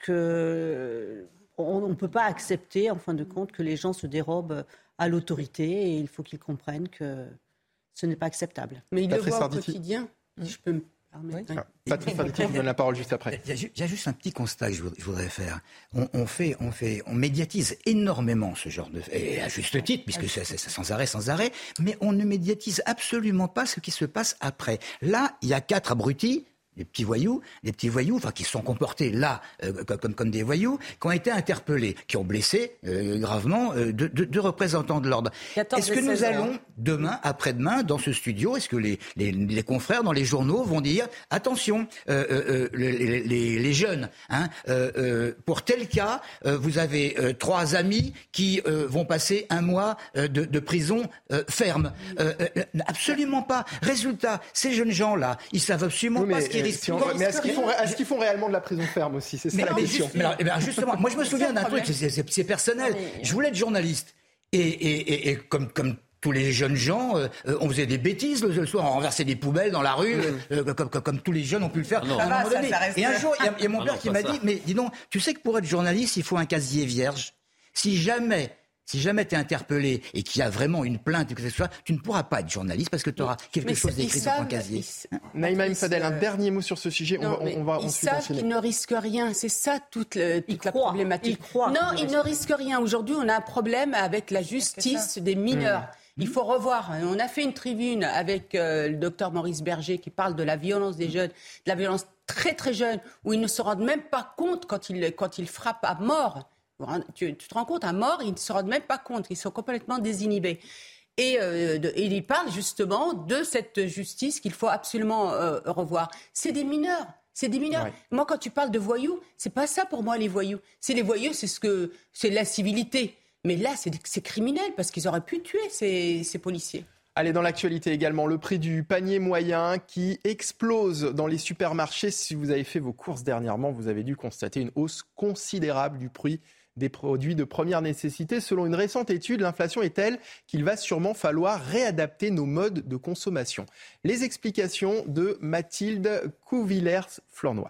que on ne peut pas accepter, en fin de compte, que les gens se dérobent à l'autorité. Et il faut qu'ils comprennent que ce n'est pas acceptable.
Mais ils le voient au quotidien, si je peux me permettre.
Oui. Ah, Patrice Arditi vous donne la parole juste après.
Il y, il y a juste un petit constat que je voudrais, je voudrais faire. On, on, fait, on, fait, on médiatise énormément ce genre de... Et à juste titre, puisque c'est, c'est sans arrêt, sans arrêt. Mais on ne médiatise absolument pas ce qui se passe après. Là, il y a quatre abrutis. Des petits voyous, des petits voyous, enfin qui se sont comportés là euh, comme comme des voyous, qui ont été interpellés, qui ont blessé euh, gravement euh, deux, deux, deux représentants de l'ordre. Est-ce que nous allons demain, après-demain, dans ce studio, est-ce que les, les, les confrères dans les journaux vont dire attention, euh, euh, les, les, les jeunes, hein, euh, euh, pour tel cas, euh, vous avez euh, trois amis qui euh, vont passer un mois euh, de, de prison euh, ferme. Euh, euh, absolument pas. Résultat, ces jeunes gens-là, ils savent absolument oui, pas ce qu'ils
Si on... Mais est-ce qu'ils, font, est-ce qu'ils font réellement de la prison ferme aussi? C'est ça mais la question.
Juste, mais alors, eh bien justement, moi je me souviens d'un truc, c'est, c'est, c'est personnel. Je voulais être journaliste. Et, et, et, et comme, comme tous les jeunes gens, euh, on faisait des bêtises le soir, on renversait des poubelles dans la rue, euh, comme, comme, comme tous les jeunes ont pu le faire.
Non,
à un
va,
moment donné.
Ça, ça
et un jour, il y a, y a mon
ah
père
non,
qui m'a
ça.
dit, mais dis donc, tu sais que pour être journaliste, il faut un casier vierge. Si jamais... Si jamais tu es interpellé et qu'il y a vraiment une plainte ou que ce soit, tu ne pourras pas être journaliste parce que tu auras quelque mais chose d'écrit sur ton casier.
Ils... Naïma M. Fadel, un dernier mot sur ce sujet.
Non,
on va, on va
ils
ensuite
savent
enchaîner.
qu'ils ne risquent rien. C'est ça toute, le, toute la
croient,
problématique.
Ils croient,
non,
ils,
ils ne risquent rien. Aujourd'hui, on a un problème avec la justice des mineurs. Mmh. Il faut revoir. On a fait une tribune avec euh, le docteur Maurice Berger qui parle de la violence des jeunes, de la violence très très jeune, où ils ne se rendent même pas compte quand ils, quand ils frappent à mort. Tu, tu te rends compte, à mort, ils ne se rendent même pas compte, ils sont complètement désinhibés. Et, euh, de, et il parle justement de cette justice qu'il faut absolument euh, revoir. C'est des mineurs, c'est des mineurs. Ouais. Moi, quand tu parles de voyous, c'est pas ça pour moi les voyous. C'est les voyous, c'est ce que c'est l'incivilité. Mais là, c'est, c'est criminel parce qu'ils auraient pu tuer ces, ces policiers.
Allez, dans l'actualité également, le prix du panier moyen qui explose dans les supermarchés. Si vous avez fait vos courses dernièrement, vous avez dû constater une hausse considérable du prix des produits de première nécessité. Selon une récente étude, l'inflation est telle qu'il va sûrement falloir réadapter nos modes de consommation. Les explications de Mathilde Couvillers-Flornoy.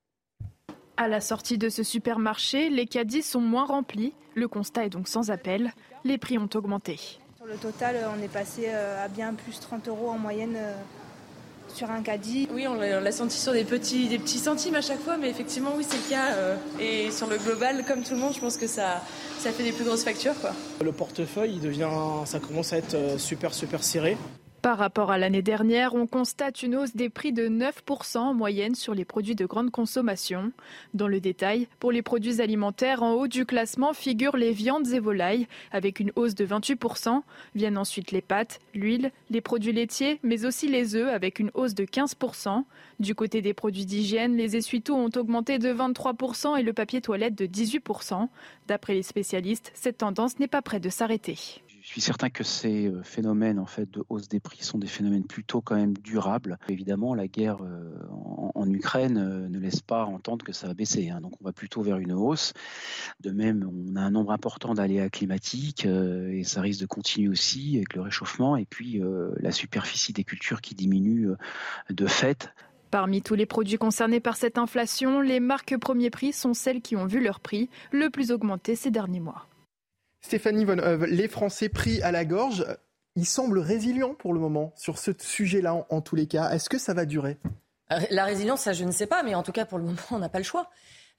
À la sortie de ce supermarché, les caddies sont moins remplis. Le constat est donc sans appel. Les prix ont augmenté.
Sur le total, on est passé à bien plus trente euros en moyenne sur un caddie.
Oui, on l'a, on l'a senti sur des petits, des petits centimes à chaque fois, mais effectivement, oui, c'est le cas. Euh, et sur le global, comme tout le monde, je pense que ça, ça fait des plus grosses factures, quoi.
Le portefeuille, il devient, ça commence à être super, super serré.
Par rapport à l'année dernière, on constate une hausse des prix de neuf pour cent en moyenne sur les produits de grande consommation. Dans le détail, pour les produits alimentaires, en haut du classement figurent les viandes et volailles, avec une hausse de vingt-huit pour cent. Viennent ensuite les pâtes, l'huile, les produits laitiers, mais aussi les œufs, avec une hausse de quinze pour cent. Du côté des produits d'hygiène, les essuie-tout ont augmenté de vingt-trois pour cent et le papier toilette de dix-huit pour cent. D'après les spécialistes, cette tendance n'est pas près de s'arrêter.
Je suis certain que ces phénomènes en fait, de hausse des prix sont des phénomènes plutôt quand même durables. Évidemment, la guerre en, en Ukraine ne laisse pas entendre que ça va baisser. Hein. Donc on va plutôt vers une hausse. De même, on a un nombre important d'aléas climatiques euh, et ça risque de continuer aussi avec le réchauffement et puis euh, la superficie des cultures qui diminue euh, de fait.
Parmi tous les produits concernés par cette inflation, les marques premier prix sont celles qui ont vu leur prix le plus augmenter ces derniers mois.
Stéphanie Von Heuve, les Français pris à la gorge, ils semblent résilients pour le moment sur ce sujet-là en, en tous les cas. Est-ce que ça va durer ?
La résilience, ça je ne sais pas, mais en tout cas pour le moment on n'a pas le choix.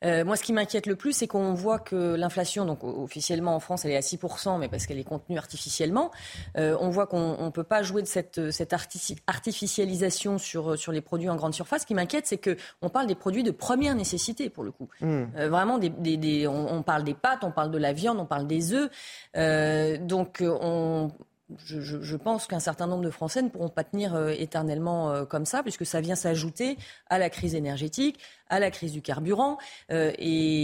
Euh, moi, ce qui m'inquiète le plus, c'est qu'on voit que l'inflation, donc officiellement en France, elle est à six pour cent, mais parce qu'elle est contenue artificiellement. Euh, on voit qu'on ne peut pas jouer de cette, cette artifici- artificialisation sur, sur les produits en grande surface. Ce qui m'inquiète, c'est qu'on parle des produits de première nécessité, pour le coup. Mmh. Euh, vraiment, des, des, des, on, on parle des pâtes, on parle de la viande, on parle des œufs. Euh, donc, on... Je, je, je pense qu'un certain nombre de Français ne pourront pas tenir euh, éternellement euh, comme ça, puisque ça vient s'ajouter à la crise énergétique, à la crise du carburant. Euh,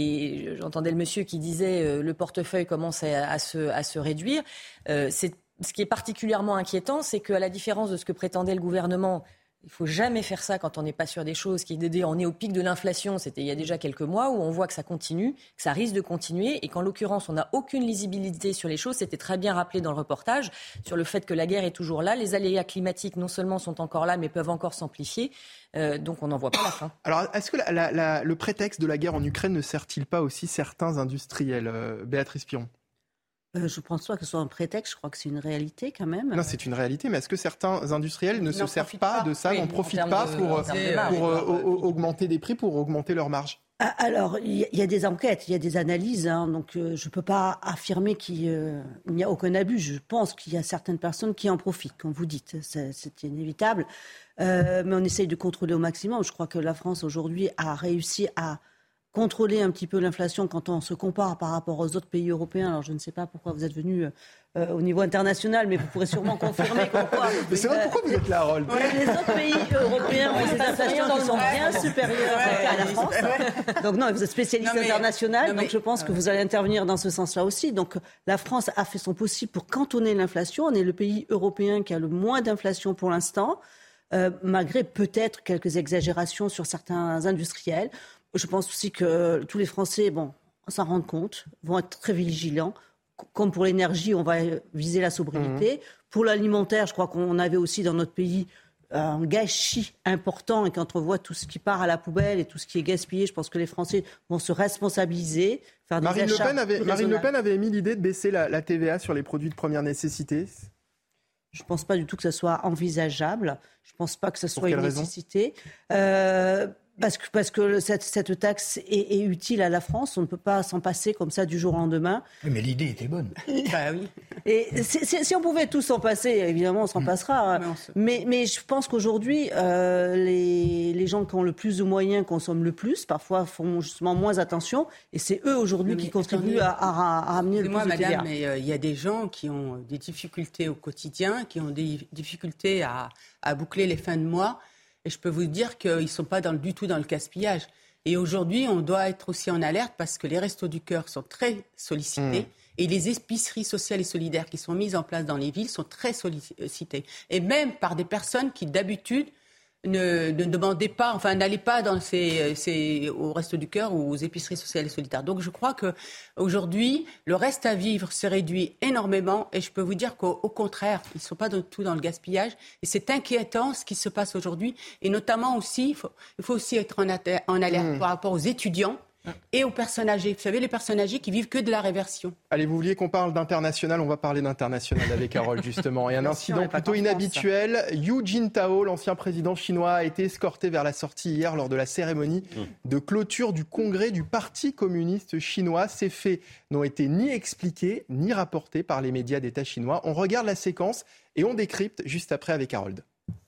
et j'entendais le monsieur qui disait euh, le portefeuille commence à, à, se, à se réduire. Euh, c'est, ce qui est particulièrement inquiétant, c'est qu'à la différence de ce que prétendait le gouvernement, il ne faut jamais faire ça quand on n'est pas sûr des choses. Qui est on est au pic de l'inflation, c'était il y a déjà quelques mois, où on voit que ça continue, que ça risque de continuer, et qu'en l'occurrence, on n'a aucune lisibilité sur les choses. C'était très bien rappelé dans le reportage, sur le fait que la guerre est toujours là. Les aléas climatiques, non seulement sont encore là, mais peuvent encore s'amplifier. Euh, donc on n'en voit pas la fin.
Alors, est-ce que la, la, la, le prétexte de la guerre en Ukraine ne sert-il pas aussi certains industriels, euh, Béatrice Piron ?
Euh, je ne pense pas que ce soit un prétexte, je crois que c'est une réalité quand même.
Non, c'est une réalité, mais est-ce que certains industriels ne se servent pas de ça,
oui,
n'en profitent pas de, pour, de pour euh, oui. augmenter des prix, pour augmenter leurs marges ?
Alors, il y a des enquêtes, il y a des analyses, hein, donc euh, je ne peux pas affirmer qu'il euh, n'y a aucun abus. Je pense qu'il y a certaines personnes qui en profitent, comme vous dites, c'est, c'est inévitable. Euh, mais on essaye de contrôler au maximum. Je crois que la France, aujourd'hui, a réussi à contrôler un petit peu l'inflation quand on se compare par rapport aux autres pays européens. Alors, je ne sais pas pourquoi vous êtes venu euh, au niveau international, mais vous pourrez sûrement confirmer pourquoi.
Mais c'est vrai, pourquoi vous êtes là, Harold ?
Les autres pays européens ont des inflations qui sont bien supérieures ouais, à la France. Ouais. Donc non, vous êtes spécialiste non, mais, international, non, mais, donc je pense ouais. que vous allez intervenir dans ce sens-là aussi. Donc la France a fait son possible pour cantonner l'inflation. On est le pays européen qui a le moins d'inflation pour l'instant, euh, malgré peut-être quelques exagérations sur certains industriels. Je pense aussi que tous les Français, bon, s'en rendent compte, vont être très vigilants. Comme pour l'énergie, on va viser la sobriété. Mmh. Pour l'alimentaire, je crois qu'on avait aussi dans notre pays un gâchis important. Et quand on voit tout ce qui part à la poubelle et tout ce qui est gaspillé, je pense que les Français vont se responsabiliser. Faire des
Marine,
achats
Le Pen avait, Marine Le Pen avait émis l'idée de baisser la, la T V A sur les produits de première nécessité.
Je ne pense pas du tout que ça soit envisageable. Je ne pense pas que ce soit une
raison
nécessité. Euh, Parce que, parce que cette, cette taxe est, est utile à la France. On ne peut pas s'en passer comme ça du jour au lendemain.
Oui, mais l'idée était bonne.
Bah oui. Et si, si, si on pouvait tous s'en passer, évidemment, on s'en mmh. passera. Mais, mais je pense qu'aujourd'hui, euh, les, les gens qui ont le plus de moyens consomment le plus. Parfois, font justement moins attention. Et c'est eux, aujourd'hui, mais qui contribuent à, à, à ramener le plus
moi,
de T V A.
Madame, mais il euh, y a des gens qui ont des difficultés au quotidien, qui ont des difficultés à, à boucler les fins de mois. Et je peux vous dire qu'ils ne sont pas dans, du tout dans le gaspillage. Et aujourd'hui, on doit être aussi en alerte parce que les Restos du Cœur sont très sollicités. Mmh. Et les épiceries sociales et solidaires qui sont mises en place dans les villes sont très sollicitées. Et même par des personnes qui, d'habitude, ne, ne demandaient pas, enfin, n'allaient pas dans ces, ces, au Restos du Cœur ou aux épiceries sociales et solidaires. Donc, je crois qu'aujourd'hui, le reste à vivre se réduit énormément. Et je peux vous dire qu'au au contraire, ils ne sont pas du tout dans le gaspillage. Et c'est inquiétant ce qui se passe aujourd'hui. Et notamment aussi, il faut, il faut aussi être en, atter- en alerte mmh. par rapport aux étudiants et aux personnes âgées. Vous savez, les personnes âgées qui vivent que de la réversion.
Allez, vous vouliez qu'on parle d'international ? On va parler d'international avec Harold, justement. Et un incident plutôt inhabituel. Hu Jintao, l'ancien président chinois, a été escorté vers la sortie hier lors de la cérémonie de clôture du congrès du Parti communiste chinois. Ces faits n'ont été ni expliqués, ni rapportés par les médias d'État chinois. On regarde la séquence et on décrypte juste après avec Harold.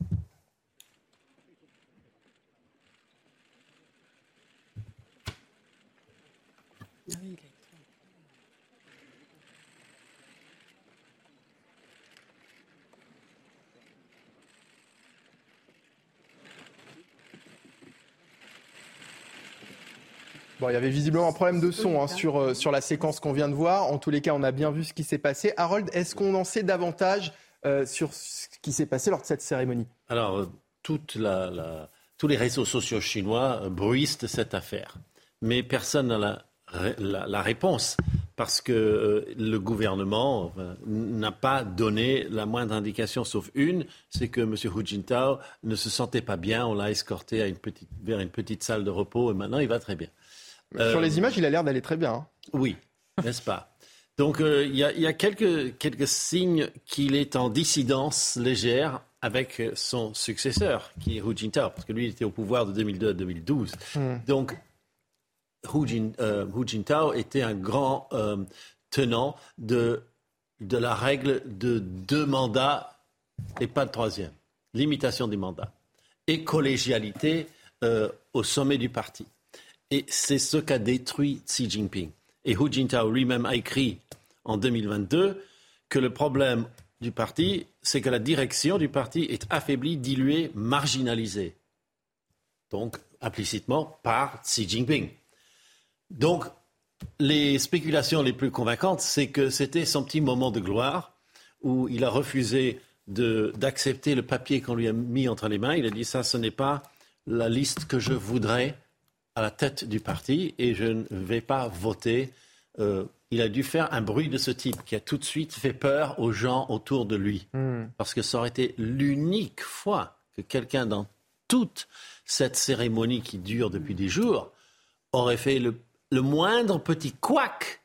Bon, il y avait visiblement un problème de son hein, sur, euh, sur la séquence qu'on vient de voir. En tous les cas, on a bien vu ce qui s'est passé. Harold, est-ce qu'on en sait davantage euh, sur ce qui s'est passé lors de cette cérémonie ?
Alors, toute la, la, tous les réseaux sociaux chinois bruissent de cette affaire. Mais personne n'a la, la, la réponse parce que euh, le gouvernement enfin, n'a pas donné la moindre indication, sauf une, c'est que M. Hu Jintao ne se sentait pas bien. On l'a escorté à une petite, vers une petite salle de repos et maintenant il va très bien.
Sur euh, les images, il a l'air d'aller très bien. Hein.
Oui, n'est-ce pas ? Donc, il euh, y a, y a quelques, quelques signes qu'il est en dissidence légère avec son successeur, qui est Hu Jintao, parce que lui, il était au pouvoir de deux mille deux à deux mille douze. Mmh. Donc, Hu, Jin, euh, Hu Jintao était un grand euh, tenant de, de la règle de deux mandats et pas de troisième. Limitation des mandats. Et collégialité euh, au sommet du parti. Et c'est ce qu'a détruit Xi Jinping. Et Hu Jintao lui-même a écrit en deux mille vingt-deux que le problème du parti, c'est que la direction du parti est affaiblie, diluée, marginalisée. Donc, implicitement, par Xi Jinping. Donc, les spéculations les plus convaincantes, c'est que c'était son petit moment de gloire où il a refusé de, d'accepter le papier qu'on lui a mis entre les mains. Il a dit ça, ce n'est pas la liste que je voudrais à la tête du parti et je ne vais pas voter. Euh, il a dû faire un bruit de ce type qui a tout de suite fait peur aux gens autour de lui. Mmh. Parce que ça aurait été l'unique fois que quelqu'un dans toute cette cérémonie qui dure depuis des jours aurait fait le, le moindre petit couac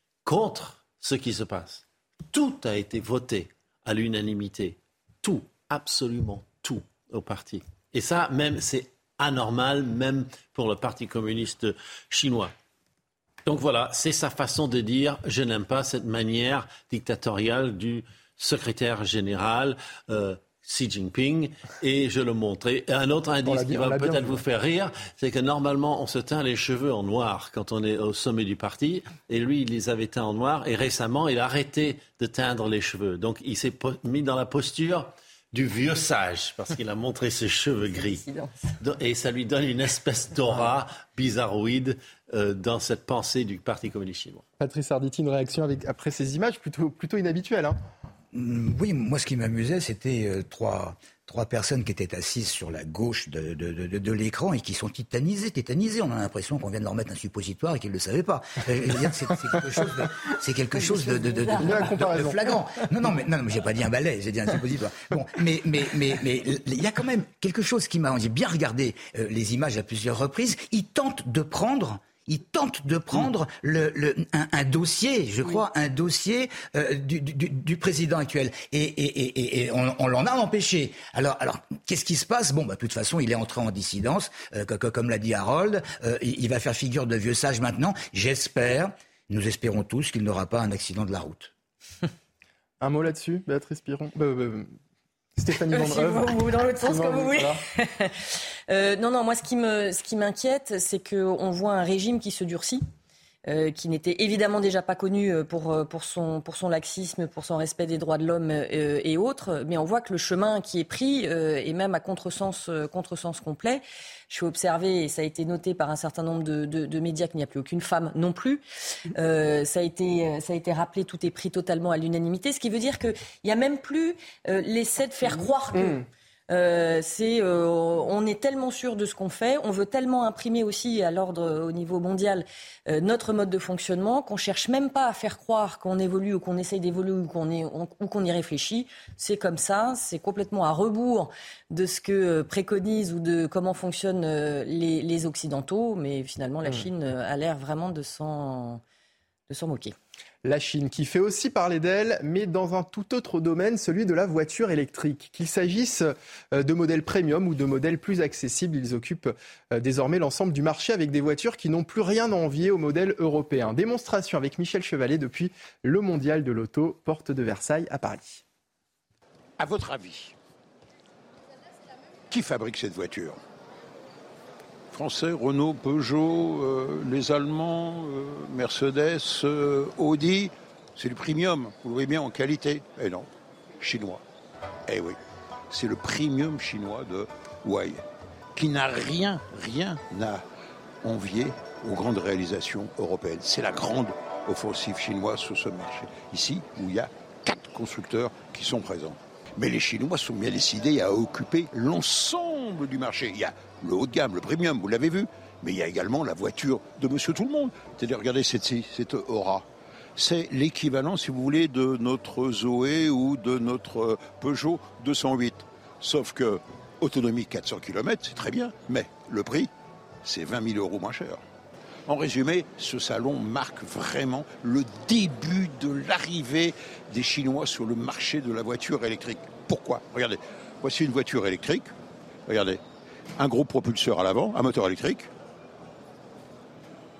contre ce qui se passe. Tout a été voté à l'unanimité. Tout, absolument tout au parti. Et ça, même, c'est anormal, même pour le Parti communiste chinois. Donc voilà, c'est sa façon de dire « je n'aime pas cette manière dictatoriale du secrétaire général euh, Xi Jinping » et je le montrais. Et un autre indice qui va peut-être vous faire rire, c'est que normalement on se teint les cheveux en noir quand on est au sommet du parti et lui il les avait teints en noir et récemment il a arrêté de teindre les cheveux. Donc il s'est mis dans la posture du vieux sage, parce qu'il a montré ses cheveux gris. Et ça lui donne une espèce d'aura bizarroïde euh, dans cette pensée du Parti communiste chinois.
Patrice Arditi, une réaction avec, après ces images plutôt, plutôt inhabituelles. Hein.
Oui, moi ce qui m'amusait, c'était euh, trois, trois personnes qui étaient assises sur la gauche de, de, de, de l'écran et qui sont tétanisées, tétanisées. On a l'impression qu'on vient de leur mettre un suppositoire et qu'ils ne le savaient pas. Euh, c'est, c'est quelque chose de, c'est quelque chose de, de, de, de, de, de flagrant. Non, non, mais non, mais j'ai pas dit un balai, j'ai dit un suppositoire. Bon, mais mais mais mais il y a quand même quelque chose qui m'a. J'ai bien regardé euh, les images à plusieurs reprises. Ils tentent de prendre. Il tente de prendre le, le, un, un dossier, je crois, oui. un dossier euh, du, du, du président actuel. Et, et, et, et on, on l'en a empêché. Alors, alors, qu'est-ce qui se passe ? Bon, bah, de toute façon, il est entré en dissidence, euh, comme, comme l'a dit Harold. Euh, il, il va faire figure de vieux sage maintenant. J'espère, nous espérons tous, qu'il n'aura pas un accident de la route.
Un mot là-dessus, Béatrice Piron bah, bah, bah. Stéphanie Vendreuve.
Si vous, dans l'autre sens, comme vous voulez. euh, non, non, moi, ce qui, me, ce qui m'inquiète, c'est qu'on voit un régime qui se durcit, euh, qui n'était évidemment déjà pas connu pour, pour, son, pour son laxisme, pour son respect des droits de l'homme euh, et autres, mais on voit que le chemin qui est pris euh, est même à contresens, euh, contresens complet. Je suis observée, et ça a été noté par un certain nombre de, de, de médias, qu'il n'y a plus aucune femme non plus. Euh, ça a été, ça a été rappelé, tout est pris totalement à l'unanimité, ce qui veut dire qu'il n'y a même plus euh, l'essai de faire croire que... Mmh. Euh, c'est, euh, on est tellement sûr de ce qu'on fait, on veut tellement imprimer aussi à l'ordre au niveau mondial euh, notre mode de fonctionnement qu'on cherche même pas à faire croire qu'on évolue ou qu'on essaye d'évoluer ou qu'on, est, on, ou qu'on y réfléchit. C'est comme ça, c'est complètement à rebours de ce que préconisent ou de comment fonctionnent euh, les, les Occidentaux, mais finalement la Chine a l'air vraiment de s'en, de s'en moquer.
La Chine qui fait aussi parler d'elle, mais dans un tout autre domaine, celui de la voiture électrique. Qu'il s'agisse de modèles premium ou de modèles plus accessibles, ils occupent désormais l'ensemble du marché avec des voitures qui n'ont plus rien à envier aux modèles européens. Démonstration avec Michel Chevalet depuis le Mondial de l'Auto, porte de Versailles à Paris.
À votre avis, qui fabrique cette voiture ? Français, Renault, Peugeot, euh, les Allemands, euh, Mercedes, euh, Audi, c'est du premium, vous le voyez bien en qualité. Eh non, chinois. Eh oui, c'est le premium chinois de Huawei, qui n'a rien, rien à envier aux grandes réalisations européennes. C'est la grande offensive chinoise sur ce marché. Ici, où il y a quatre constructeurs qui sont présents. Mais les Chinois sont bien décidés à occuper l'ensemble du marché. Il y a le haut de gamme, le premium, vous l'avez vu, mais il y a également la voiture de Monsieur Tout-le-Monde. C'est-à-dire, regardez cette, cette Aura. C'est l'équivalent, si vous voulez, de notre Zoé ou de notre Peugeot deux cent huit. Sauf que autonomie quatre cents kilomètres, c'est très bien, mais le prix, c'est vingt mille euros moins cher. En résumé, ce salon marque vraiment le début de l'arrivée des Chinois sur le marché de la voiture électrique. Pourquoi ? Regardez, voici une voiture électrique. Regardez, un gros propulseur à l'avant, un moteur électrique.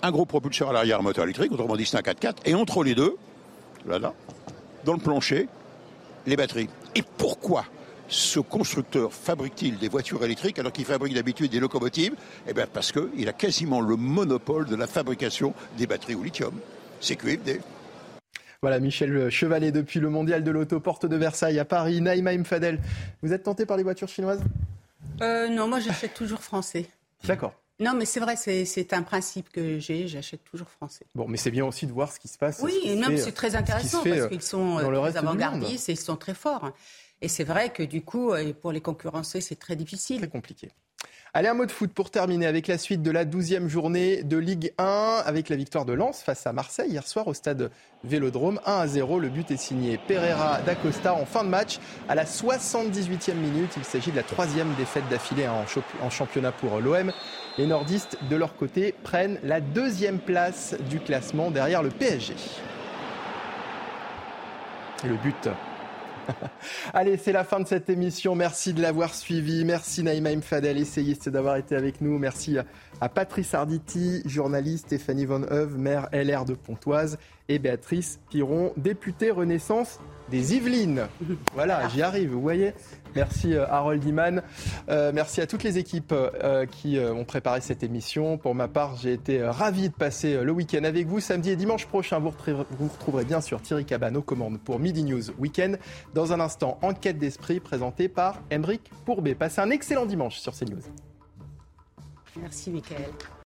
un gros propulseur à l'arrière, un moteur électrique, autrement dit c'est un quatre-quatre, et entre les deux, là, là, dans le plancher, les batteries. Et pourquoi ce constructeur fabrique-t-il des voitures électriques alors qu'il fabrique d'habitude des locomotives ? Eh bien parce qu'il a quasiment le monopole de la fabrication des batteries au lithium. C'est Q F D.
Voilà, Michel Chevalet depuis le Mondial de l'Auto, porte de Versailles à Paris. Naïma M. Fadel, vous êtes tenté par les voitures chinoises ?
euh, Non, moi j'achète toujours français.
D'accord.
Non, mais c'est vrai, c'est, c'est un principe que j'ai, j'achète toujours français.
Bon, mais c'est bien aussi de voir ce qui se passe.
Oui, et non,
fait,
c'est très intéressant parce qu'ils sont très avant-gardistes et ils sont très forts. Et c'est vrai que du coup, pour les concurrencer, c'est très difficile.
Très compliqué. Allez, un mot de foot pour terminer avec la suite de la douzième journée de Ligue un, avec la victoire de Lens face à Marseille hier soir au stade Vélodrome. un à zéro, le but est signé Pereira d'Acosta en fin de match à la soixante-dix-huitième minute. Il s'agit de la troisième défaite d'affilée en championnat pour l'O M. Les nordistes, de leur côté, prennent la deuxième place du classement derrière le P S G. Et le but... Allez, c'est la fin de cette émission. Merci de l'avoir suivi. Merci Naïma M. Fadel, essayiste, d'avoir été avec nous. Merci à Patrice Arditi, journaliste, Stéphanie Von Heuve, maire L R de Pontoise, et Béatrice Piron, députée Renaissance des Yvelines. Voilà, j'y arrive, vous voyez. Merci Harold Iman. Euh, merci à toutes les équipes euh, qui euh, ont préparé cette émission. Pour ma part, j'ai été ravi de passer le week-end avec vous. Samedi et dimanche prochain, vous, retrou- vous retrouverez bien sûr Thierry Cabane aux commandes pour Midi News Weekend. Dans un instant, Enquête d'esprit présentée par Emeric Pourbet. Passez un excellent dimanche sur CNews.
Merci Mickaël.